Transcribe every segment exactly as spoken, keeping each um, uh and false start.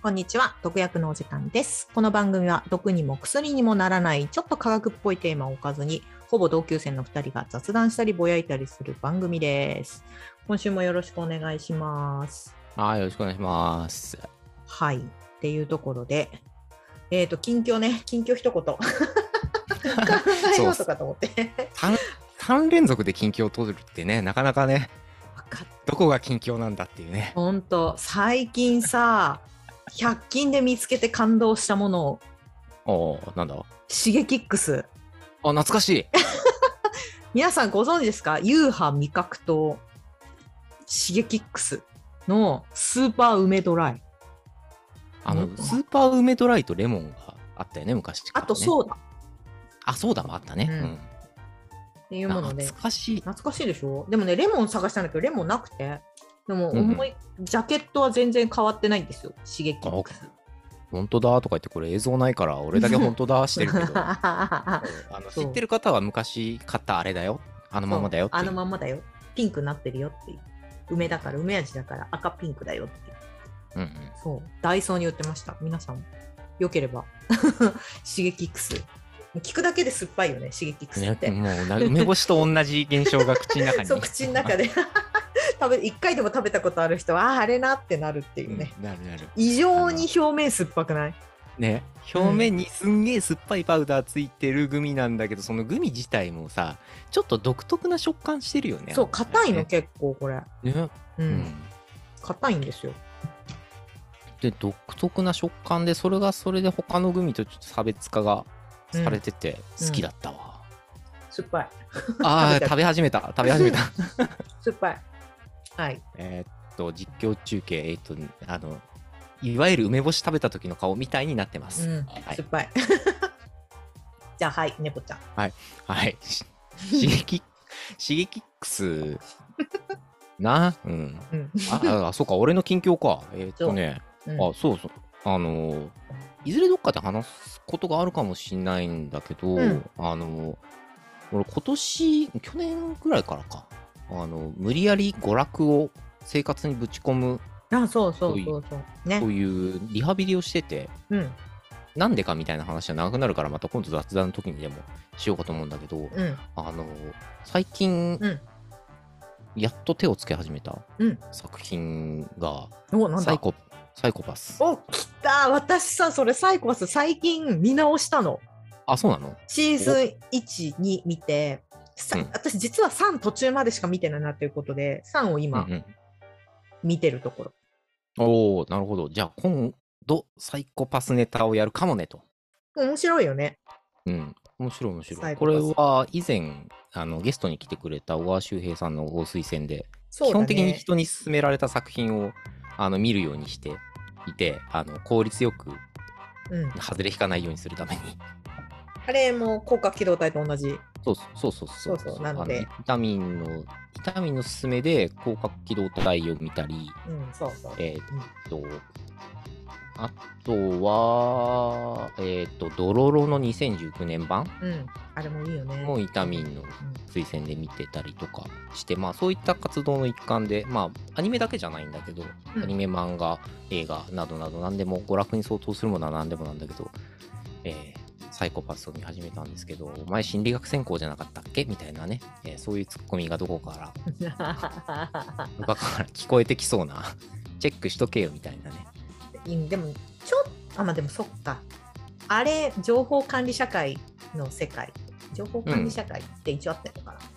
こんにちは、毒薬のお時間です。この番組は毒にも薬にもならないちょっと科学っぽいテーマを置かずに、ほぼ同級生のふたりが雑談したりぼやいたりする番組です。今週もよろしくお願いします。 はい、よろしくお願いします。 はい、っていうところで、えっと、近況ね、近況一言考えようとかと思って。 3, 3連続で近況を取るってね、なかなかね、どこが近況なんだっていうね。 ほんと、最近さ、ひゃく均で見つけて感動したものを。 おー、なんだシゲキックス。 あ、懐かしい。 皆さんご存知ですか？ユーハ味覚糖シゲキックスのスーパー梅ドライ。 あの、スーパー梅ドライとレモンがあったよね、昔から、ね。 あとソーダ。 あ、ソーダもあったね。 うん。 うん、 っていうもので。 懐かしい。 懐かしいでしょ？でもね、レモン探したんだけど、レモンなくて。でも、重い、うんうん、ジャケットは全然変わってないんですよ、シゲキックス。 本当だとか言って、これ映像ないから俺だけ本当だしてるけどあの知ってる方は昔買ったあれだよ、あのままだよっていう。 あのままだよ、ピンクになってるよっていう。梅だから、梅味だから赤ピンクだよっていう。うんうん、そうダイソーに売ってました。皆さんよければシゲキックス聞くだけで酸っぱいよね、シゲキックスって、ね、 もう梅干しと同じ現象が口の中にそう口の中で食べいっかいでも食べたことある人は あ, あれなってなるっていうね、 うん、なるなる。 異常に表面酸っぱくないね、表面にすんげえ酸っぱいパウダーついてるグミなんだけど、そのグミ自体もさちょっと独特な食感してるよね。 そう硬いの、ね、結構これね、 うん硬、うん、いんですよ。 で独特な食感で、それがそれで他のグミとちょっと差別化がされてて好きだったわ、うんうん、 酸っぱいああ食べ始めた食べ始めた酸っぱい。はいえー、っと実況中継、えー、っとあのいわゆる梅干し食べた時の顔みたいになってます、 うんはい、 酸っぱいじゃあはい猫ちゃんはいはい刺激シゲキックスな、うん、うん、ああそうか、俺の近況か。えー、っとねそう、うん、あそうそうあのー、いずれどっかで話すことがあるかもしれないんだけど、うん、あのー、俺今年去年ぐらいからか、あの無理やり娯楽を生活にぶち込む、 あそうそうそうそう、ね、 そういうリハビリをしてて、 うん、 なんでかみたいな話は長くなるから、また今度雑談の時にでもしようかと思うんだけど、うん、あの最近、うん、やっと手をつけ始めた作品が、うん、サイコサイコパス。 お、来た。私さ、それサイコパス最近見直したの。 あ、そうなの？ シーズンいち、に見て、うん、私実はさん途中までしか見てないなということで、さんを今、うんうん、見てるところ。 おー、なるほど。じゃあ今度サイコパスネタをやるかもねと。 面白いよね。 うん、面白い面白い。これは以前あのゲストに来てくれた小川修平さんのご推薦で、ね、基本的に人に勧められた作品をあの見るようにしていて、あの効率よく、うん、外れ引かないようにするために。 あれも広角機動隊と同じ。 そうそうそうそうそうそうなので、 ビタミンのビタミンの勧めで広角機動隊を見たり、 うん、そうそう。 えー、っと、うん、あとはえー、っとドロロのにせんじゅうきゅうねん版、 うん、あれもいいよね。 もうビタミンの推薦で見てたりとかして、まあそういった活動の一環で、まあアニメだけじゃないんだけど、うん、アニメ、漫画、映画などなど何でも娯楽に相当するものは何でもなんだけど、えーサイコパスを見始めたんですけど、お前心理学専攻じゃなかったっけみたいなね、えー、そういうツッコミがどこからどこから聞こえてきそうなチェックしとけよみたいなね。 でもちょっとあまあでもそっか、あれ情報管理社会の世界、情報管理社会って一応あったのかな、うん、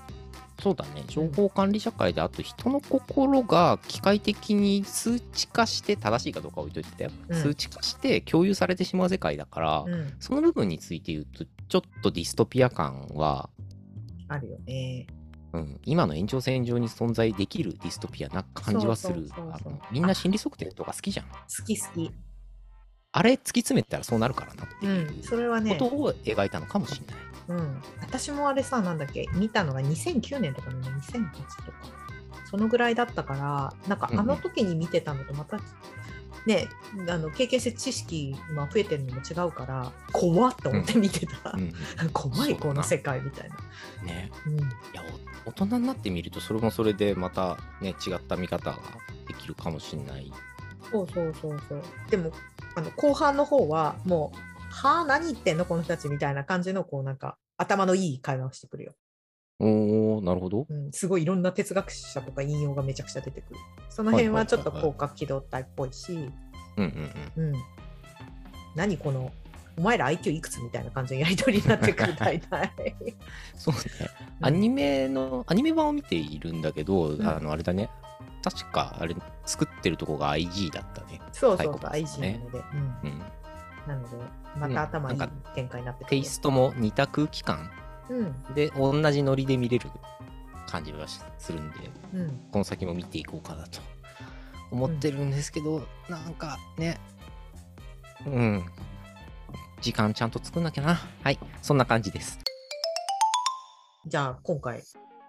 そうだね、情報管理社会で、あと人の心が機械的に数値化して正しいかどうか置いといてたよ、うん、数値化して共有されてしまう世界だから、うん、その部分について言うとちょっとディストピア感はあるよね、 うん、今の延長線上に存在できるディストピアな感じはする。みんな心理測定とか好きじゃん。 好き好き。 あれ突き詰めたらそうなるからなっていう、うん、 それはね、 ことを描いたのかもしれない。 うん、私もあれさ、なんだっけ、見たのがにせんきゅうねんとかね、にせんはちとかそのぐらいだったから、なんかあの時に見てたのとまた、うんね、あの経験して知識が増えてるのも違うから怖っと思って見てた、うんうん、怖いこの世界みたいなね、うん、いや大人になってみるとそれもそれでまたね違った見方ができるかもしれないそうそうそうそう。でもあの後半の方はもうはあ何言ってんのこの人たちみたいな感じのこうなんか頭のいい会話をしてくるよ。 おー、なるほど。 うん、すごいいろんな哲学者とか引用がめちゃくちゃ出てくる。そのはい辺はいはいはい。 はちょっと広角機動隊っぽいし、 うんうんうん。 うん、何このお前ら アイキュー いくつみたいな感じのやり取りになってくる大体。 そうね。 うんアニメの、アニメ版を見ているんだけど、 うんあの、あれだね。確か、あれ、作ってるとこが アイジー だったね。 そうそうそう、 サイコパスアイジー なね。 ので、うん、 うん。 なので、また頭いいなんか展開になってくテる。 イストも似た空気感うんで、同じノリで見れる感じはするんで、 うんこの先も見ていこうかなと思ってるんですけど、なんかね、うん、時間ちゃんと作んなきゃな。はい、そんな感じです。 じゃあ今回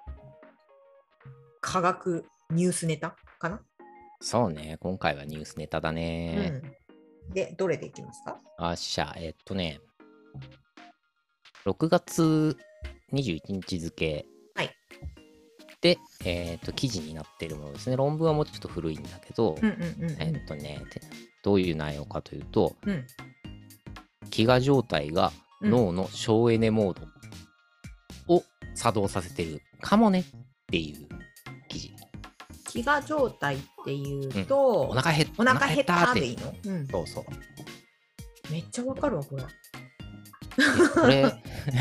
科学ニュースネタかな。 そうね、今回はニュースネタだね。 うん、で、どれでいきますか？ あっしゃ、えっとね、ろくがつにじゅういちにち付はい。 で、えっと、記事になってるものですね。論文はもうちょっと古いんだけど、 うんうんうんうん、 えっとね、てどういう内容かというと、 うん、 飢餓状態がうん脳の省エネモードを作動させてるかもねっていう記事。 飢餓状態っていうと、 お腹減っお腹減ったってでいいの？うん、 そうそう。 めっちゃわかるわ、これ。 これ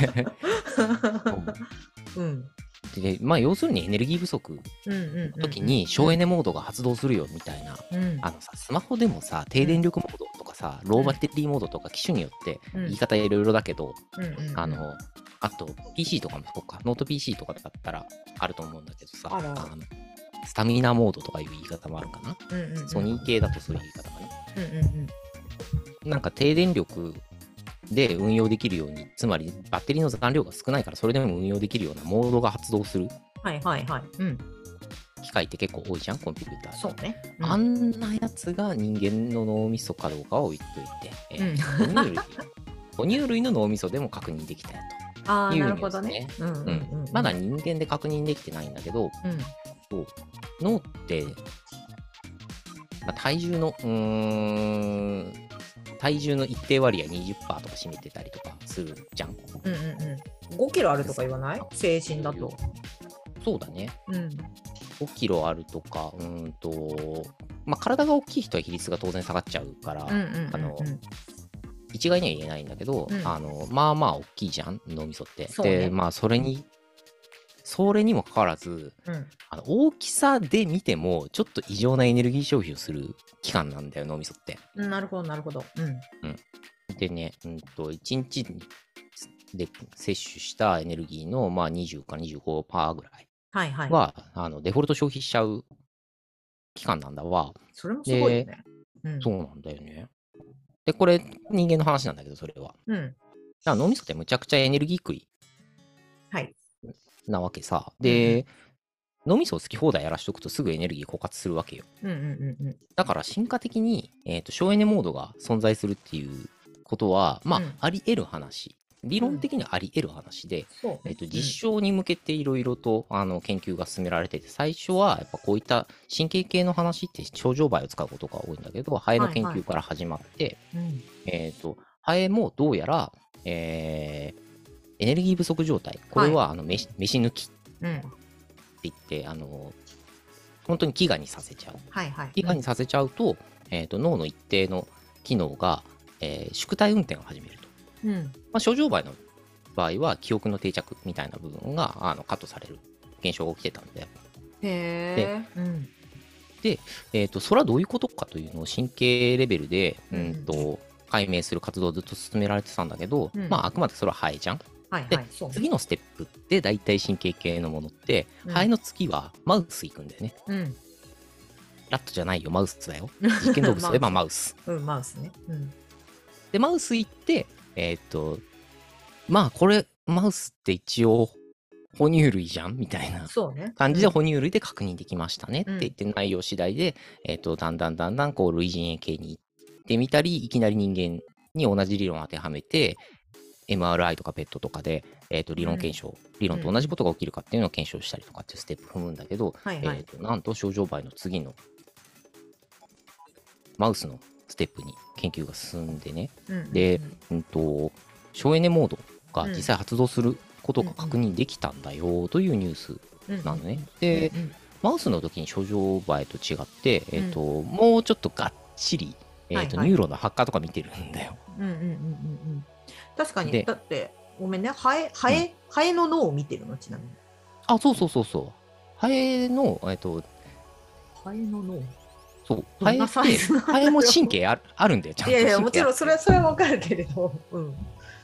うん、 で、まあ要するにエネルギー不足うんうんうんうんの時に省エネモードが発動するよみたいな。 うんあのさ、スマホでもさ、低電力モードとかさ、ローバッテリーモードとか機種によってうん言い方いろいろだけど、 うんうんうん、 あの、あと ピーシー とかもそうか、ノート ピーシー とかだったらあると思うんだけどさ、 あらあのスタミナモードとかいう言い方もあるかな。 うんうんうん、 ソニー系だとそういう言い方かな。 うんうんうんなんか低電力で運用できるように、つまりバッテリーの残量が少ないからそれでも運用できるようなモードが発動するはいはいはい、うん、 機械って結構多いじゃん、コンピューターで。 そうね、うん、 あんなやつが人間の脳みそかどうかは置いといて、えーうん哺乳類哺乳類の脳みそでも確認できたよああ、 というなるほどニュースね。 ね。うんうんうんうん、 まだ人間で確認できてないんだけど、 うんそう脳って、まあ、体重のうーん体重の一定割合 にじゅっパーセント とか占めてたりとかするじゃん。 うんうんうん、ごキロあるとか言わない？成人だと。 そうだね。 うんごキロあるとか、うーんと、まあ、体が大きい人は比率が当然下がっちゃうから、 うんうんうんうん、 あの一概には言えないんだけど、 うん、 あのまあまあ大きいじゃん、脳みそって。 そうね、 で、まあそれに、それにもかかわらず、 うん、 あの大きさで見ても、ちょっと異常なエネルギー消費をする器官なんだよ、脳みそって。 なるほどなるほど。うんうん、でね、うんと、いちにちで摂取したエネルギーの、まあ、にじゅうかにじゅうごパーセントぐらいはいはい。 は、あのデフォルト消費しちゃう期間なんだわ。 それもすごいよね。 うん、そうなんだよね。で、これ、人間の話なんだけど、それは。 うん。 だから脳みそってむちゃくちゃエネルギー食い。 はい。 なわけさ。で、うん、脳みそを好き放題やらしとくとすぐエネルギー枯渇するわけよ。 うんうんうんうん。 だから進化的に、えーと、省エネモードが存在するっていうことは、まあ、うん、あり得る話。理論的にはあり得る話で、うんえーと、実証に向けていろいろとあの研究が進められてて、最初はやっぱこういった神経系の話って症状媒を使うことが多いんだけど、ハエの研究から始まって、はいはいえーと、ハエもどうやら、えー、エネルギー不足状態、これはあの、はい、飯, 飯抜きって言って、うん、あの本当に飢餓にさせちゃう。はいはい、飢餓にさせちゃうと、えーと、脳の一定の機能が、えー、縮体運転を始めると。うんまあ、症状媒の場合は記憶の定着みたいな部分があのカットされる現象が起きてたんで。 へー。で、うんでえーと、それはどういうことかというのを神経レベルで、うんとうん、解明する活動をずっと進められてたんだけど、うんまあ、あくまでそれはハエじゃん。はいはい、で次のステップって大体神経系のものって、うん、ハエの次はマウス行くんだよね。うんラットじゃないよ、マウスだよ。実験動物といえばマウス。 うん、マウスね。うん、 で、マウス行って、えー、っと、まあ、これ、マウスって一応、哺乳類じゃんみたいな感じで哺乳類で確認できましたねって言って内容次第で、えー、っと、だんだんだんだんこう類人猿系に行ってみたり、いきなり人間に同じ理論を当てはめて、エムアールアイ とかペットとかで、えー、と理論検証、うん、理論と同じことが起きるかっていうのを検証したりとかっていうステップ踏むんだけど、うんえー、となんと症状媒の次のマウスのステップに研究が進んでね、 うんうんうん、 で、うんと、省エネモードが実際うん発動することが確認できたんだよというニュースなのね。で、 うんうんマウスの時に症状映えと違って、えーとうもうちょっとがっちり、えーとはいはいニューロンの発火とか見てるんだよ。 うんうんうんうんうん確かに、 でだってごめんね、ハエハうんエ、ハエの脳を見てるの、ちなみに。 あ、そうそうそうそう。ハエの、えっと、 ハエの脳そう、 どんなハエって、 サイズなんだろうハエも神経あるあるんだよ、ちゃんといやいや、 神経あって。 もちろんそれはそれはわかるけれど、うん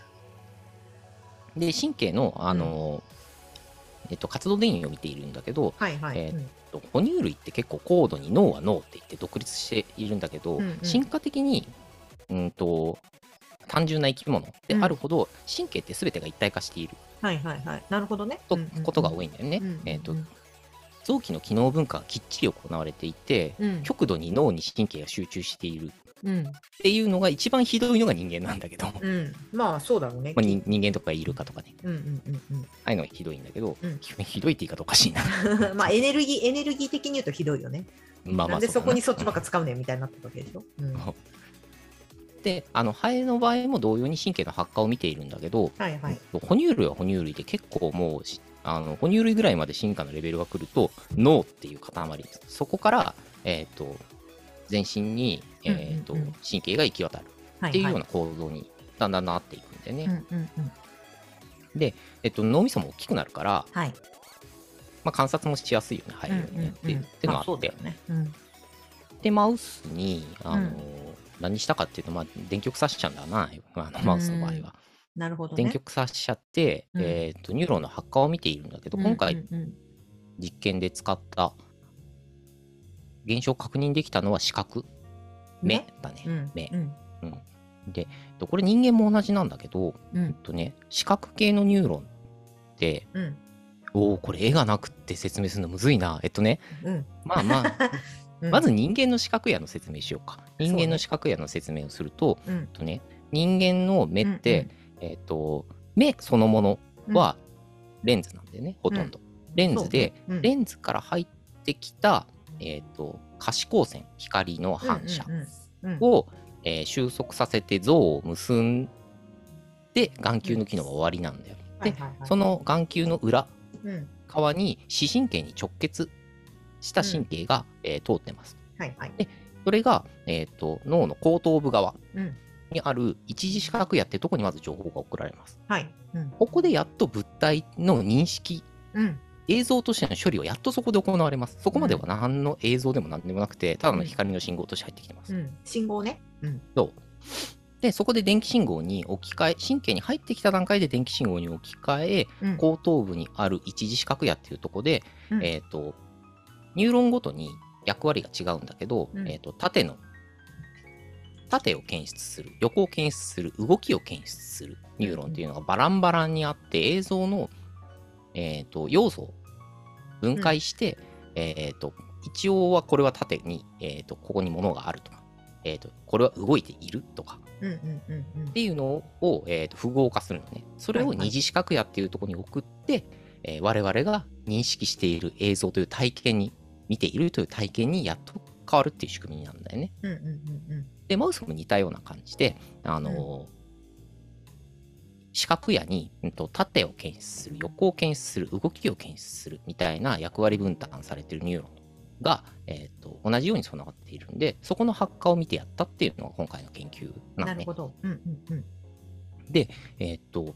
で、神経の、あの、えっと、活動電位を見ているんだけど、 はいはい、 えーうんと哺乳類って結構高度に脳は脳って言って独立しているんだけど、 うんうん進化的に、うんと、単純な生き物であるほど、神経って全てが一体化しているはいはいはい、なるほどね。 とうんうんうんことが多いんだよね。 うんうんうんえっと臓器の機能分化がきっちり行われていて、 うん極度に脳に神経が集中しているうんっていうのが一番ひどいのが人間なんだけど、 うんまあそうだろうね。 まあ、人人間とかイルカとかね、 うんうんうんああいうのがひどいんだけど、 うんひどいって言い方おかしいな。 うんまあエネルギーエネルギー的に言うとひどいよね。 まあまあなんでそこにそっちばっか。 か使うねんみたいになったわけでしょ。うんうんで、あのハエの場合も同様に神経の発火を見ているんだけど、 はいはい。 哺乳類は哺乳類で結構もうしあの哺乳類ぐらいまで進化のレベルが来ると脳っていう塊です。そこから、えー、と全身に、えーとうんうんうん神経が行き渡るはいっていうような構造にだんだんなっていくんだよね。 うんうんうんで、えっと、脳みそも大きくなるから、 はい。 まあ、観察もしやすいよね、ハエよりね、っていうっていうのがあって、 ね。うんで、マウスに、あのうん何したかっていうと、まあ、電極刺しちゃうんだな、あのマウスの場合は。 なるほどね。 電極刺しちゃって、 うんえーと、ニューロンの発火を見ているんだけど、今回うんうん実験で使った現象を確認できたのは視覚、目だね、 うん目。 うんうん、で、これ人間も同じなんだけど、 うんえっとね、視覚系のニューロンって、 うんおお、これ絵がなくって説明するのむずいな。えっとね、 うんまあまあ、 うんまず人間の視覚野の説明しようか。人そうね間の視覚野の説明をすると、 うんえっとね、人間の目って、えっと、目そのものはレンズなんだよね、ほとんど。レンズで、 そうねうんレンズから入ってきた、えっと、可視光線、光の反射うんうんうんを、えー収束させて像を結んで眼球の機能は終わりなんだよ。で、 はいはいはいその眼球の裏うん側に視神経に直結した神経が、えー通ってます。 はいはいでそれが、えー、と脳の後頭部側うんにある一次視覚野ってとこにまず情報が送られます。 はいうんここでやっと物体の認識、 うん映像としての処理をやっとそこで行われます。そこまでは何の映像でも何でもなくて、ただの光の信号として入ってきてます。 うん信号ねうんそうで、そこで電気信号に置き換え、神経に入ってきた段階で電気信号に置き換え、 うん後頭部にある一次視覚野っていうところで、 うんえっ、と、ニューロンごとに役割が違うんだけど、 うんえっ、と、縦の、縦を検出する、横を検出する、動きを検出するニューロンっていうのがバランバランにあって、映像の、えっ、と、要素を分解して、えっ、と、一応はこれは縦に、えっ、と、ここに物があるとか、えっ、と、これは動いているとか、 うんうんうんうんっていうのを、えーと符号化するのね。それをはいはい二次視覚野っていうところに送って、えー我々が認識している映像という体験に、見ているという体験にやっと変わるっていう仕組みなんだよね。 うんうんうんうんで、マウスも似たような感じで、あのー視覚野に、うんと、縦を検出する、横を検出する、動きを検出するみたいな役割分担されているニューロンが、えーと同じように備わっているんで、そこの発火を見てやったっていうのが今回の研究なんで、 なるほどうんうんうんで、えーっと、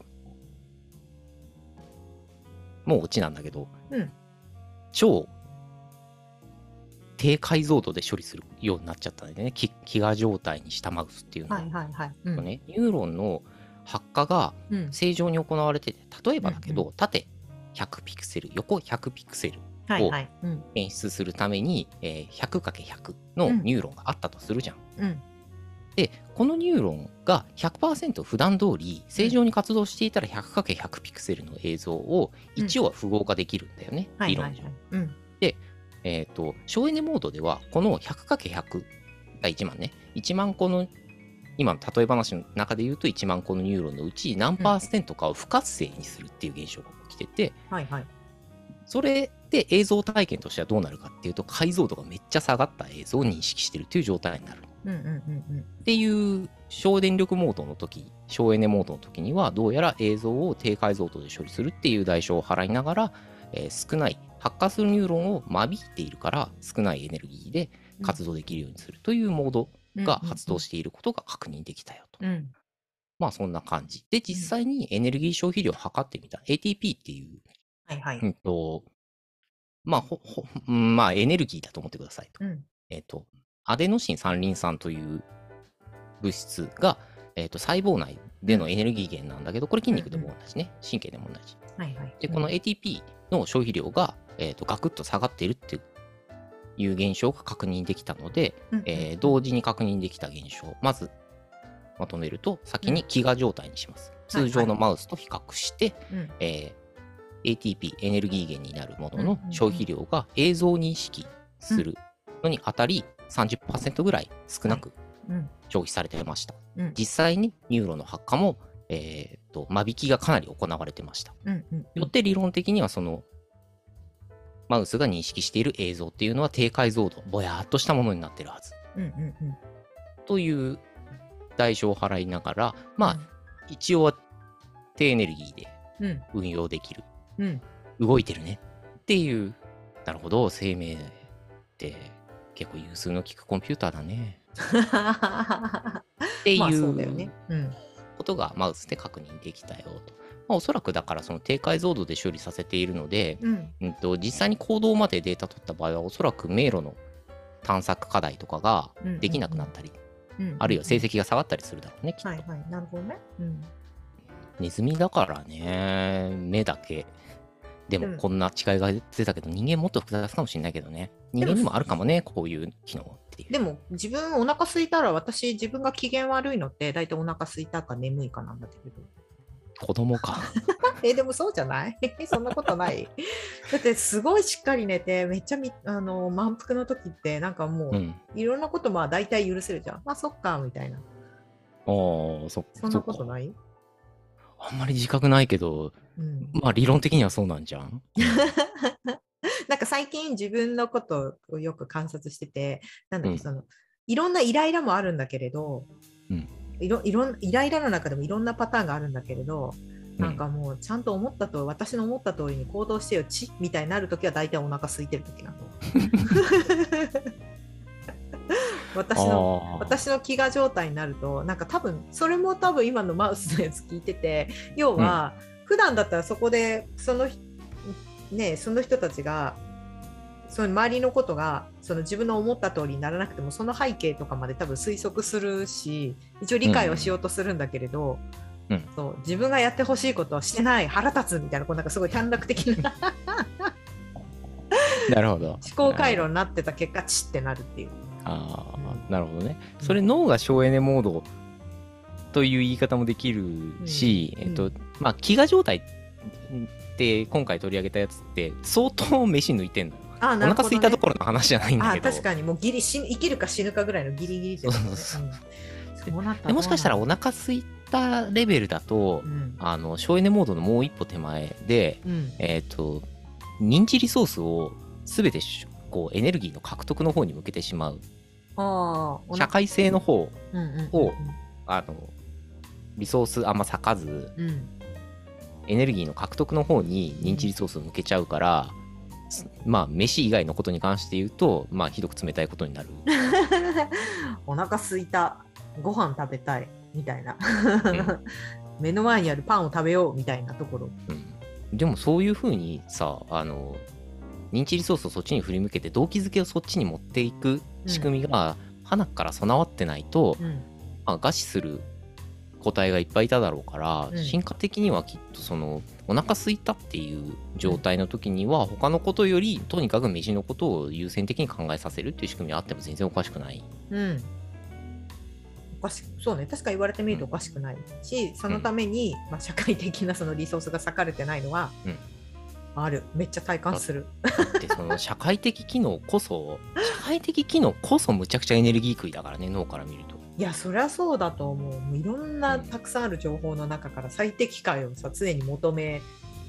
もうオチなんだけど、 うん超低解像度で処理するようになっちゃったんでね、飢飢餓状態にしたマウスっていうのは、 はいはいはいうんね、ニューロンの発火がうん正常に行われてて、例えばだけど、 うん縦ひゃくピクセル、横ひゃくピクセルはいはいうん演出するために、えー ひゃくかけるひゃく のニューロンがあったとするじゃん。 うんで、このニューロンが ひゃくパーセント 普段通り正常に活動していたら ひゃくかけるひゃく ピクセルの映像を一応は符号化できるんだよね、 はいはいはい理論上。 うんえっ、と、省エネモードではこの ひゃくかけるひゃく がいちまんね、いちまん個の、今の例え話の中で言うといちまん個のニューロンのうち何パーセントかを不活性にするっていう現象が起きてて、 はいはいそれで映像体験としてはどうなるかっていうと、解像度がめっちゃ下がった映像を認識してるっていう状態になる。 うんうんうんうん。 っていう省電力モードの時、省エネモードの時にはどうやら映像を低解像度で処理するっていう代償を払いながら、えー少ない発火するニューロンを間引いているから少ないエネルギーで活動できるようにするというモードが発動していることが確認できたよと。 うん。 まあそんな感じで、実際にエネルギー消費量を測ってみた エーティーピー っていう、 はいはい。 うんとまあほほうんまあエネルギーだと思ってくださいと。 うん。 えっ、とアデノシン三リン酸という物質が、えー、と細胞内でのエネルギー源なんだけど、これ筋肉でも同じね、神経でも同じ。 はいはい。 で、この エーティーピー の消費量が、えー、とガクッと下がっているっていう現象が確認できたので、 うんうんえー同時に確認できた現象、まずまとめると、先に飢餓状態にします。 うん通常のマウスと比較して、 うんえー エーティーピー、エネルギー源になるもののうんうんうん消費量が映像認識するのにあたり さんじゅっパーセント ぐらい少なくうん消費されてました。 うん実際にニューロンの発火も、えー、と間引きがかなり行われてました。 うんうんよって理論的にはそのマウスが認識している映像っていうのは低解像度、ぼやーっとしたものになってるはず。 うんうんうんという代償を払いながら、まあ、 うん一応は低エネルギーでうん運用できる。 うん動いてるねっていう。なるほど、生命って結構有数の効くコンピューターだね。ってまあそうだよいうね。うんことがマウスで確認できたよと。まあ、おそらくだからその低解像度で処理させているので、 うんうんと、実際に行動までデータ取った場合はおそらく迷路の探索課題とかができなくなったり、 うんあるいは成績が下がったりするだろうね、きっと。 はいはいなるほどね。うんネズミだからね、目だけ。でうんもこんな違いが出たけど、人間もっと複雑かもしれないけどね。人間にもあるかもね、こういう機能っていう。 でも自分お腹空いたら私自分が機嫌悪いのって大体お腹空いたか眠いかなんだけど。 子供か。 えでもそうじゃないそんなことないだってすごいしっかり寝てめっちゃみあの満腹の時ってなんかもう、 うん。 いろんなことまあ大体許せるじゃん。まあそっかみたいな。 ああ、そそんなことないいあんまり自覚ないけど、 うん、 まあ理論的にはそうなんじゃん。 なんか最近自分のことをよく観察してて、なんだっけ、 うんそのいろんなイライラもあるんだけれど、 うんいろいろんイライラの中でもいろんなパターンがあるんだけれど、 うんなんかもうちゃんと思ったと私の思った通りに行動してよちみたいになるときは大体お腹空いてるときなの。私のあー私の飢餓状態になるとなんか多分それも多分今のマウスのやつ聞いてて、要は、普段だったらそこでその,、ね、その人たちがその周りのことがその自分の思った通りにならなくてもその背景とかまで多分推測するし一応理解をしようとするんだけれど、 うんそう自分がやってほしいことをしてない腹立つみたいなこうなんかすごい短絡的ななるほど。 思考回路になってた結果チッってなるっていう。 ああ、なるほどね。それ脳が省エネモードという言い方もできるし、 うんえっと、まあ、飢餓状態って今回取り上げたやつって相当飯抜いてんのよ。 あ、 おなるほどね腹空いたところの話じゃないんだあけど。 確かにもうギリ死ぬ生きるか死ぬかぐらいのギリギリってことねそうそうそううんそうなったでもしかしたらおどうな腹空いたレベルだと、 るうんあの省エネモードのもう一歩手前で、 うんえっ、と認知リソースを全てしこうエネルギーの獲得の方に向けてしまうあーおな社会性の方うんうんうんをあのリソースあんま割かずうんエネルギーの獲得の方に認知リソースを向けちゃうから、すまあ飯以外のことに関して言うとまあひどく冷たいことになる。 お腹すいたご飯食べたいみたいな、目の前にあるパンを食べようみたいなところ。 うん、でもそういうふうにさあの認知リソースをそっちに振り向けて動機づけをそっちに持っていく仕組みが花から備わってないと、 うんまあ、餓死する個体がいっぱいいただろうから、 うん進化的にはきっとそのお腹空いたっていう状態の時には他のことよりとにかく飯のことを優先的に考えさせるっていう仕組みがあっても全然おかしくない。 うんおかしそうね、確か言われてみるとおかしくないし、そのために、まあ、社会的なそのリソースが割かれてないのは、 うんある。めっちゃ体感する。 でその社会的機能こそ社会的機能こそむちゃくちゃエネルギー食いだからね、脳から見ると。 いやそりゃそうだと思う。もういろんなたくさんある情報の中から最適解をさ常に求め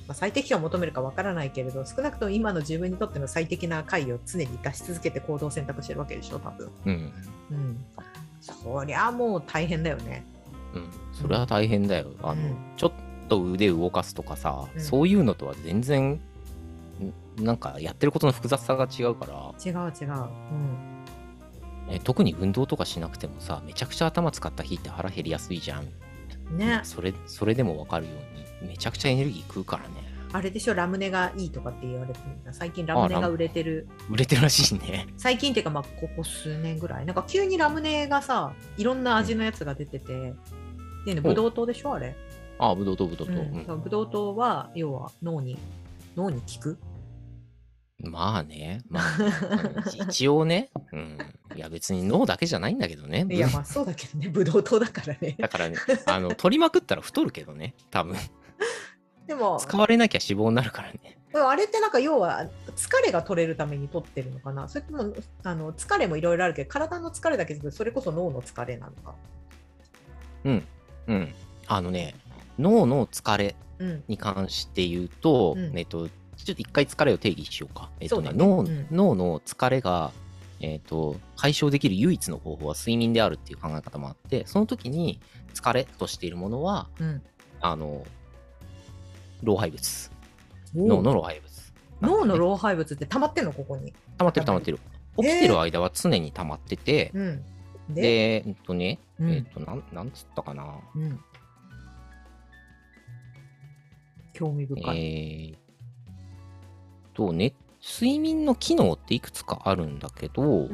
まあ、最適化を求めるかわからないけれど、少なくとも今の自分にとっての最適な解を常に出し続けて行動を選択してるわけでしょ多分。 うん、 うん、そりゃもう大変だよね。 うん、それは大変だよ。あの、うん、ちょっと腕動かすとかさ、うん、そういうのとは全然なんかやってることの複雑さが違うから。 違う違う、うんえ特に運動とかしなくてもさ、めちゃくちゃ頭使った日って腹減りやすいじゃんね。 それそれでも分かるようにめちゃくちゃエネルギー食うからね。 あれでしょ、ラムネがいいとかって言われてるんだ。最近ラムネが売れてる。 売れてるらしいね。 最近っていうか、まあ、ここ数年ぐらい。なんか急にラムネがさ、いろんな味のやつが出てて。うん、でね、ブドウ糖でしょ、あれ。 ああ、ブドウ糖、ブドウ糖。 うん、ブドウ糖は、要は脳に、脳に効く。 まあね、まあ、一応ね、うん。いや、別に脳だけじゃないんだけどね。 いや、まあそうだけどね、ブドウ糖だからね。 だからね、あの、取りまくったら太るけどね、多分。 でも使われなきゃ脂肪になるからね。 あれってなんか要は疲れが取れるために取ってるのかな。それともあの疲れもいろいろあるけど、体の疲れだけどそれこそ脳の疲れなのか。 うんうんあのね、脳の疲れに関して言うと、うん、えっとちょっと一回疲れを定義しようか。えっとね、ね脳、うん、脳の疲れがえっと解消できる唯一の方法は睡眠であるっていう考え方もあって、その時に疲れとしているものは、うん、あの老廃物。脳の老廃物、ね。 脳の老廃物って溜まってんのここに。 溜まってる溜まってる。起きてる間は常に溜まってて、えーうん、で、でえっとね、うん、えっとなんなんつったかな。うん、 興味深い。 えー、とね、睡眠の機能っていくつかあるんだけど、うんうんうん、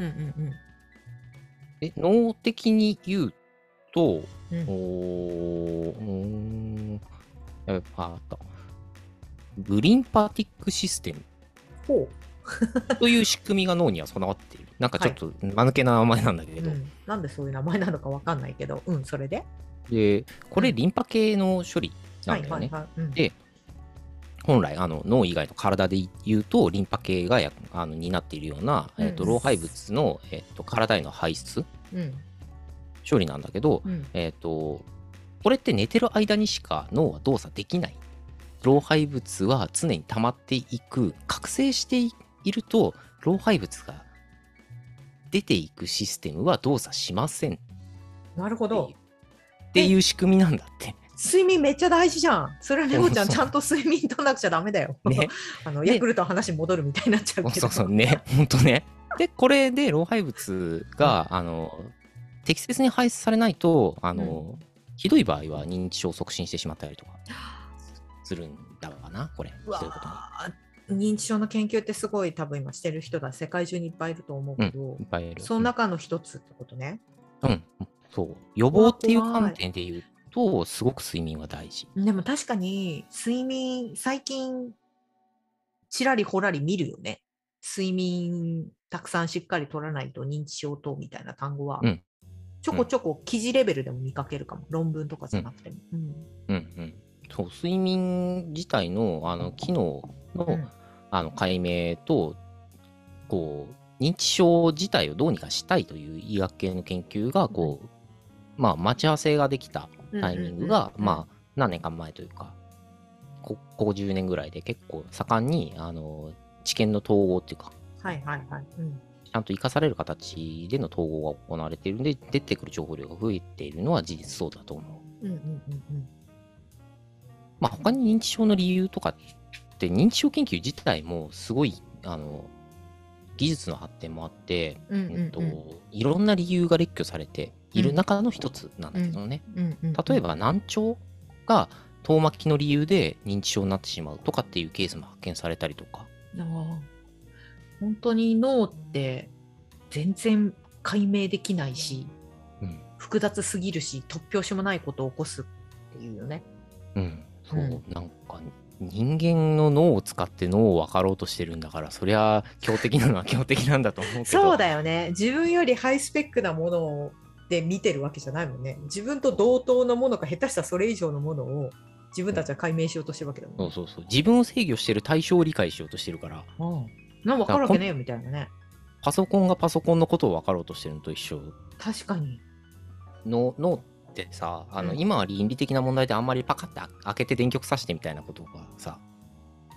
え脳的に言うと、うん、おーんやっぱあった。グリンパティックシステムという仕組みが脳には備わっている。なんかちょっと間抜けな名前なんだけど、はいうん、 なんでそういう名前なのか分かんないけど、うん、それででこれリンパ系の処理なんだよね。で本来あの脳以外の体で言うとリンパ系がやあの担っているような、うんえー、と老廃物の、えー、と体への排出、うん、処理なんだけど、うんえー、とこれって寝てる間にしか脳は動作できない。老廃物は常に溜まっていく。覚醒していると老廃物が出ていくシステムは動作しません。 なるほど。 っていう仕組みなんだって。 睡眠めっちゃ大事じゃん。それはネコちゃんちゃんと睡眠となくちゃダメだよ。ね、あのヤクルトの話戻るみたいになっちゃうけど。 そうそうね、本当ね。でこれで老廃物が、うん、あの適切に排出されないとあの、うん、ひどい場合は認知症を促進してしまったりとか。するんだわなこれ。そういうこと認知症の研究ってすごい多分今してる人が世界中にいっぱいいると思うけど、うん、いっぱいいるその中の一つってことね。 うんそう予防っていう観点で言うとすごく睡眠は大事。 でも確かに睡眠最近ちらりほらり見るよね。睡眠たくさんしっかり取らないと認知症等みたいな単語は、うん、ちょこちょこ記事レベルでも見かけるかも、うん、論文とかじゃなくても。うんうんうんそう睡眠自体のあの機能の、うん、あの解明とこう認知症自体をどうにかしたいという医学系の研究がこう、うん、まあ待ち合わせができたタイミングが、まあ何年か前というかここじゅうねんぐらいで結構盛んにあの知見の統合っていうか、 はいはいはいうん、 ちゃんと生かされる形での統合が行われているので出てくる情報量が増えているのは事実そうだと思う。うんうんうんうんまあ、他に認知症の理由とかって認知症研究自体もすごいあの技術の発展もあって、うんうんうん、といろんな理由が列挙されている中の一つなんだけどね、うんうんうんうん、例えば難聴が遠巻きの理由で認知症になってしまうとかっていうケースも発見されたりとか。 あ本当に脳って全然解明できないし、うん、複雑すぎるし突拍子もないことを起こすっていうよね。 うんそう、うん、なんか人間の脳を使って脳を分かろうとしてるんだからそりゃ強敵なのは強敵なんだと思うけどそうだよね。自分よりハイスペックなもので見てるわけじゃないもんね。自分と同等のものか下手したらそれ以上のものを自分たちは解明しようとしてるわけだもんね、 うん、そうそうそう自分を制御してる対象を理解しようとしてるから、 うん、なんか分かるわけねえよみたいなね。 パソコンがパソコンのことを分かろうとしてるのと一緒。 確かにの脳ってさあの、うん、今は倫理的な問題であんまりパカッて開けて電極刺してみたいなことがさ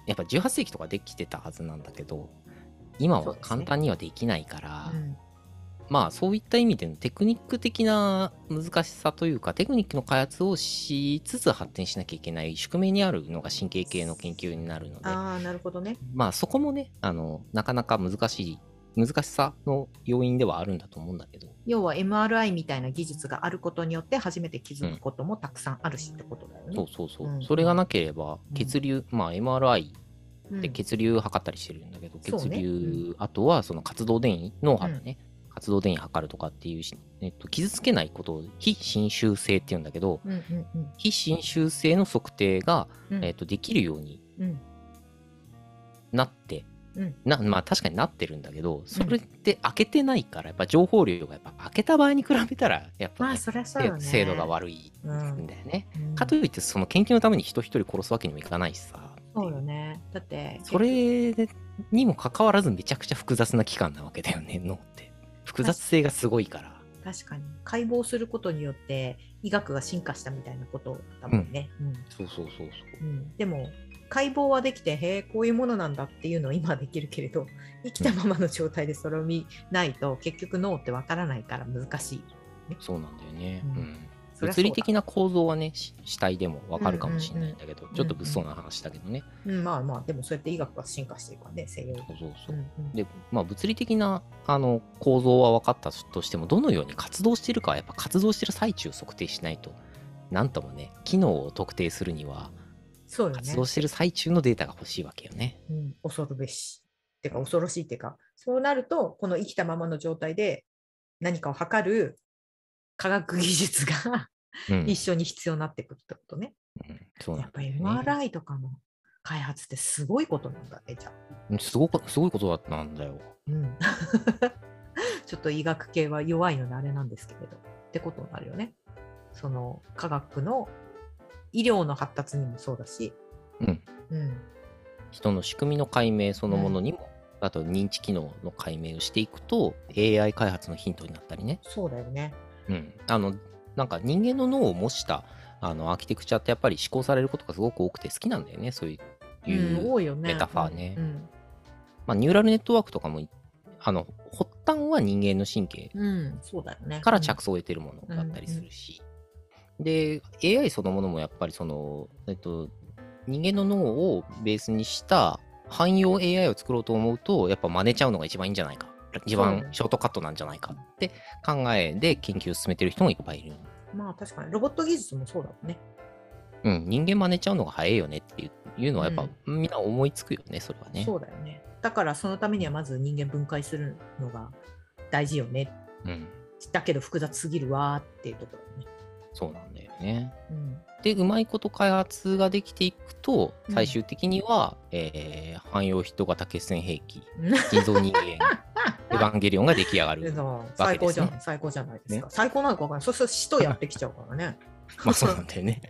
やっぱじゅうはっせいきとかできてたはずなんだけど、今はそうですね簡単にはできないから、 うんまあそういった意味でのテクニック的な難しさというか、テクニックの開発をしつつ発展しなきゃいけない宿命にあるのが神経系の研究になるので、 ああ、なるほどね。 まあそこもね、あのなかなか難しい難しさの要因ではあるんだと思うんだけど、 要は エムアールアイ みたいな技術があることによって初めて気づくこともたくさんあるしってことだよね。 そうそうそう、 うんそれがなければうん血流、まあ エムアールアイうんで血流測ったりしてるんだけど、血そうね流、あとはその活動電位、脳波だね、活動電位測るとかっていうし、えっと、傷つけないことを非侵襲性っていうんだけど、 うんうんうん非侵襲性の測定が、 うんえっと、できるようにうんなって、 うんなまあ確かになってるんだけど、それって開けてないから、やっぱ情報量がやっぱ開けた場合に比べたらやっぱ、ね、 まあそりゃそうよね。 精度が悪いんだよね、 うんかといってその研究のために人一人殺すわけにもいかないしさ、 そうよね。だってそれにもかかわらずめちゃくちゃ複雑な器官なわけだよね、脳って複雑性がすごいから。 確かに解剖することによって医学が進化したみたいなことだもんね。うんそうそうそうそう、 うんでも解剖はできて、へえこういうものなんだっていうのは今はできるけれど、生きたままの状態でそれを見ないと結局脳ってわからないから難しい。 そうなんだよね、 うんうんそりゃそうだ物理的な構造はねし死体でもわかるかもしれないんだけど、 うんうんうんちょっと物騒な話だけどね、 うん、まあまあ、でもそうやって医学が進化していくからね、西洋医学。 そうそうそう、 うんうんでまあ物理的なあの構造は分かったとしても、どのように活動してるかはやっぱ活動してる最中測定しないと、なんともね機能を特定するにはそうよね活動。してる最中のデータが欲しいわけよね。 うん、恐るべし。てか、恐ろしいっていうか、そうなると、この生きたままの状態で何かを測る科学技術がうん、 一緒に必要になってくるってことね。 うん、そうなんやっぱりだよエムアールね。 アイ とかの開発ってすごいことなんだね、じゃあ。 すごくすごいことだったんだよ。 うん、ちょっと医学系は弱いのであれなんですけれど。ってことになるよね。その科学の医療の発達にもそうだし、 うん、 うん、 人の仕組みの解明そのものにも、あと認知機能の解明をしていくと エーアイ 開発のヒントになったりね。 そうだよね。 うん、あのなんか人間の脳を模したあのアーキテクチャってやっぱり思考されることがすごく多くて好きなんだよね、そういううん、 いう多いよね。 メタファーね。 うんまあ、ニューラルネットワークとかもあの発端は人間の神経うん、うんそうだよね。 から着想を得てるものだったりするし、で エーアイ そのものもやっぱりその、えっと、人間の脳をベースにした汎用 エーアイ を作ろうと思うとやっぱ真似ちゃうのが一番いいんじゃないか、一番ショートカットなんじゃないかって考えで研究を進めてる人もいっぱいいる。 まあ確かにロボット技術もそうだもんね。 うん、人間真似ちゃうのが早いよねっていういうのはやっぱ、みんな思いつくよね、それはね。 そうだよね。だからそのためにはまず人間分解するのが大事よね。 うん、 だけど複雑すぎるわーっていうところだよね。 そうなんだよね。 うん、 で、うまいこと開発ができていくと、 うん最終的には、えー汎用人型血栓兵器、人造人間、エヴァンゲリオンが出来上がるわ最高じゃん、 けですね。 最高じゃないですか。 ね最高なのか分かんない。そうすると死とやってきちゃうからね。 まあそうなんだよね。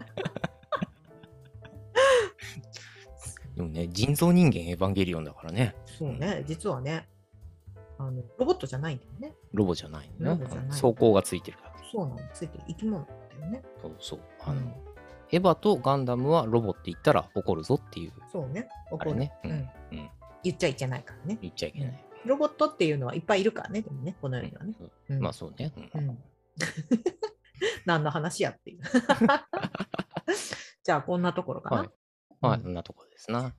でもね、人造人間エヴァンゲリオンだからね。 そうね、実はね、あのロボットじゃないんだよね。 ロボじゃないのねロボじゃない。 装甲がついてるだけ。 そうなの、ついてる生き物だよね。 そうそう。あの、 うんエヴァとガンダムはロボって言ったら怒るぞっていう、 そうね、怒るあれね。ううんん。 うん。 言っちゃいけないからね。 言っちゃいけない。 ロボットっていうのはいっぱいいるからね、でもね、この世にはね。 うんうんまあそうね。うんうん何の話やっていう。じゃあ、こんなところかな。 はい。はい、 うんそんなところですな。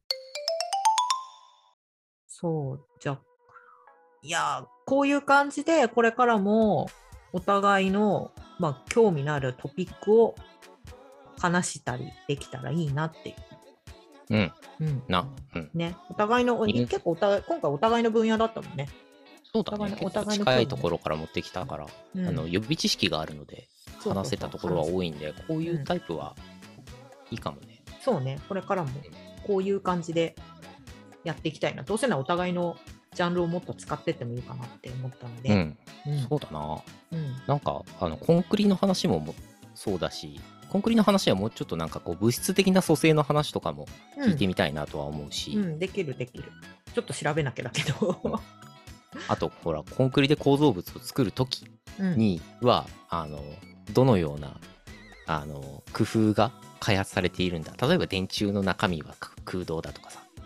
そう、じゃあ、いやー、こういう感じで、これからもお互いの、まあ、興味のあるトピックを話したりできたらいいなっていう。 うん。 うん、 な。うん。 ね、お互いの、 うん結構お互い、今回お互いの分野だったもんね。 そうだね。 お互いの結構お互いの近いところから持ってきたから、 うんあの予備知識があるので、 そうそうそう話せたところは多いんで、こういうタイプはいいかもね。 そうね、これからもこういう感じでやっていきたいな。どうせならお互いのジャンルをもっと使ってってもいいかなって思ったので。 うん。 うんそうだな。 うんなんか、あの、コンクリの話ももそうだし、コンクリの話はもうちょっとなんかこう物質的な組成の話とかも聞いてみたいなとは思うし、 うんうんできるできる。ちょっと調べなきゃだけど。 あとほらコンクリで構造物を作るときうんには、あのどのようなあの工夫が開発されているんだ。例えば電柱の中身は空洞だとかさ、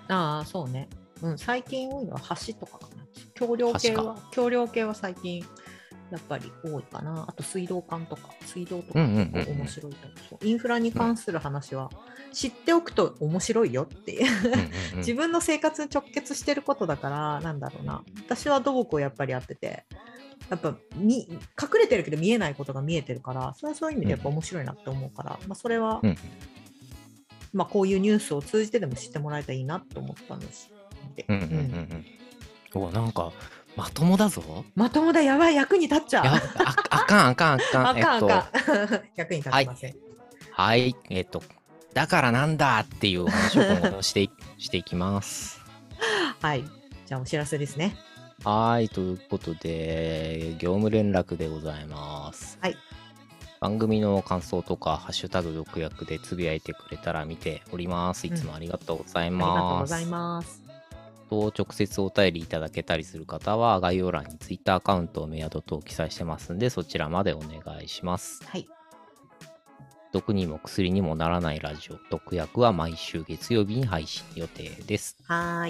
ああ、そうね。うん、最近多いのは橋とかかな。橋梁系は、橋梁系は最近やっぱり多いかな。あと水道管とか、水道とか結構面白いと思う。そうインフラに関する話は知っておくと面白いよっていう自分の生活に直結してることだから、なんだろうな。私は土木をやっぱりやってて、やっぱみ隠れてるけど見えないことが見えてるから、それはそういう意味でやっぱ面白いなって思うから、まあ、それは、 うんまあ、こういうニュースを通じてでも知ってもらえたらいいなと思ったんです。 うんうんうんうん。お、なんかまともだぞ。 まともだ、やばい、役に立っちゃう。 いや、ああかんあかんあかん。 あかんあかえっん。役に立ちません。 はい、はい、えっと、だからなんだっていうお話を今後していしていきます。 はい。じゃあお知らせですね。 はい、ということで、業務連絡でございます。 はい。 番組の感想とか、ハッシュタグ毒薬でつぶやいてくれたら見ております。いつもありがとうございます。 うん、ありがとうございます。 と直接お便りいただけたりする方は、概要欄に Twitter アカウント、メアド等記載してますんで、そちらまでお願いします。 はい。 毒にも薬にもならないラジオ、毒薬は毎週月曜日に配信予定です。 はい。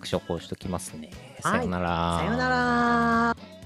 また毒薬処方しときますね。さよなら。 さよなら。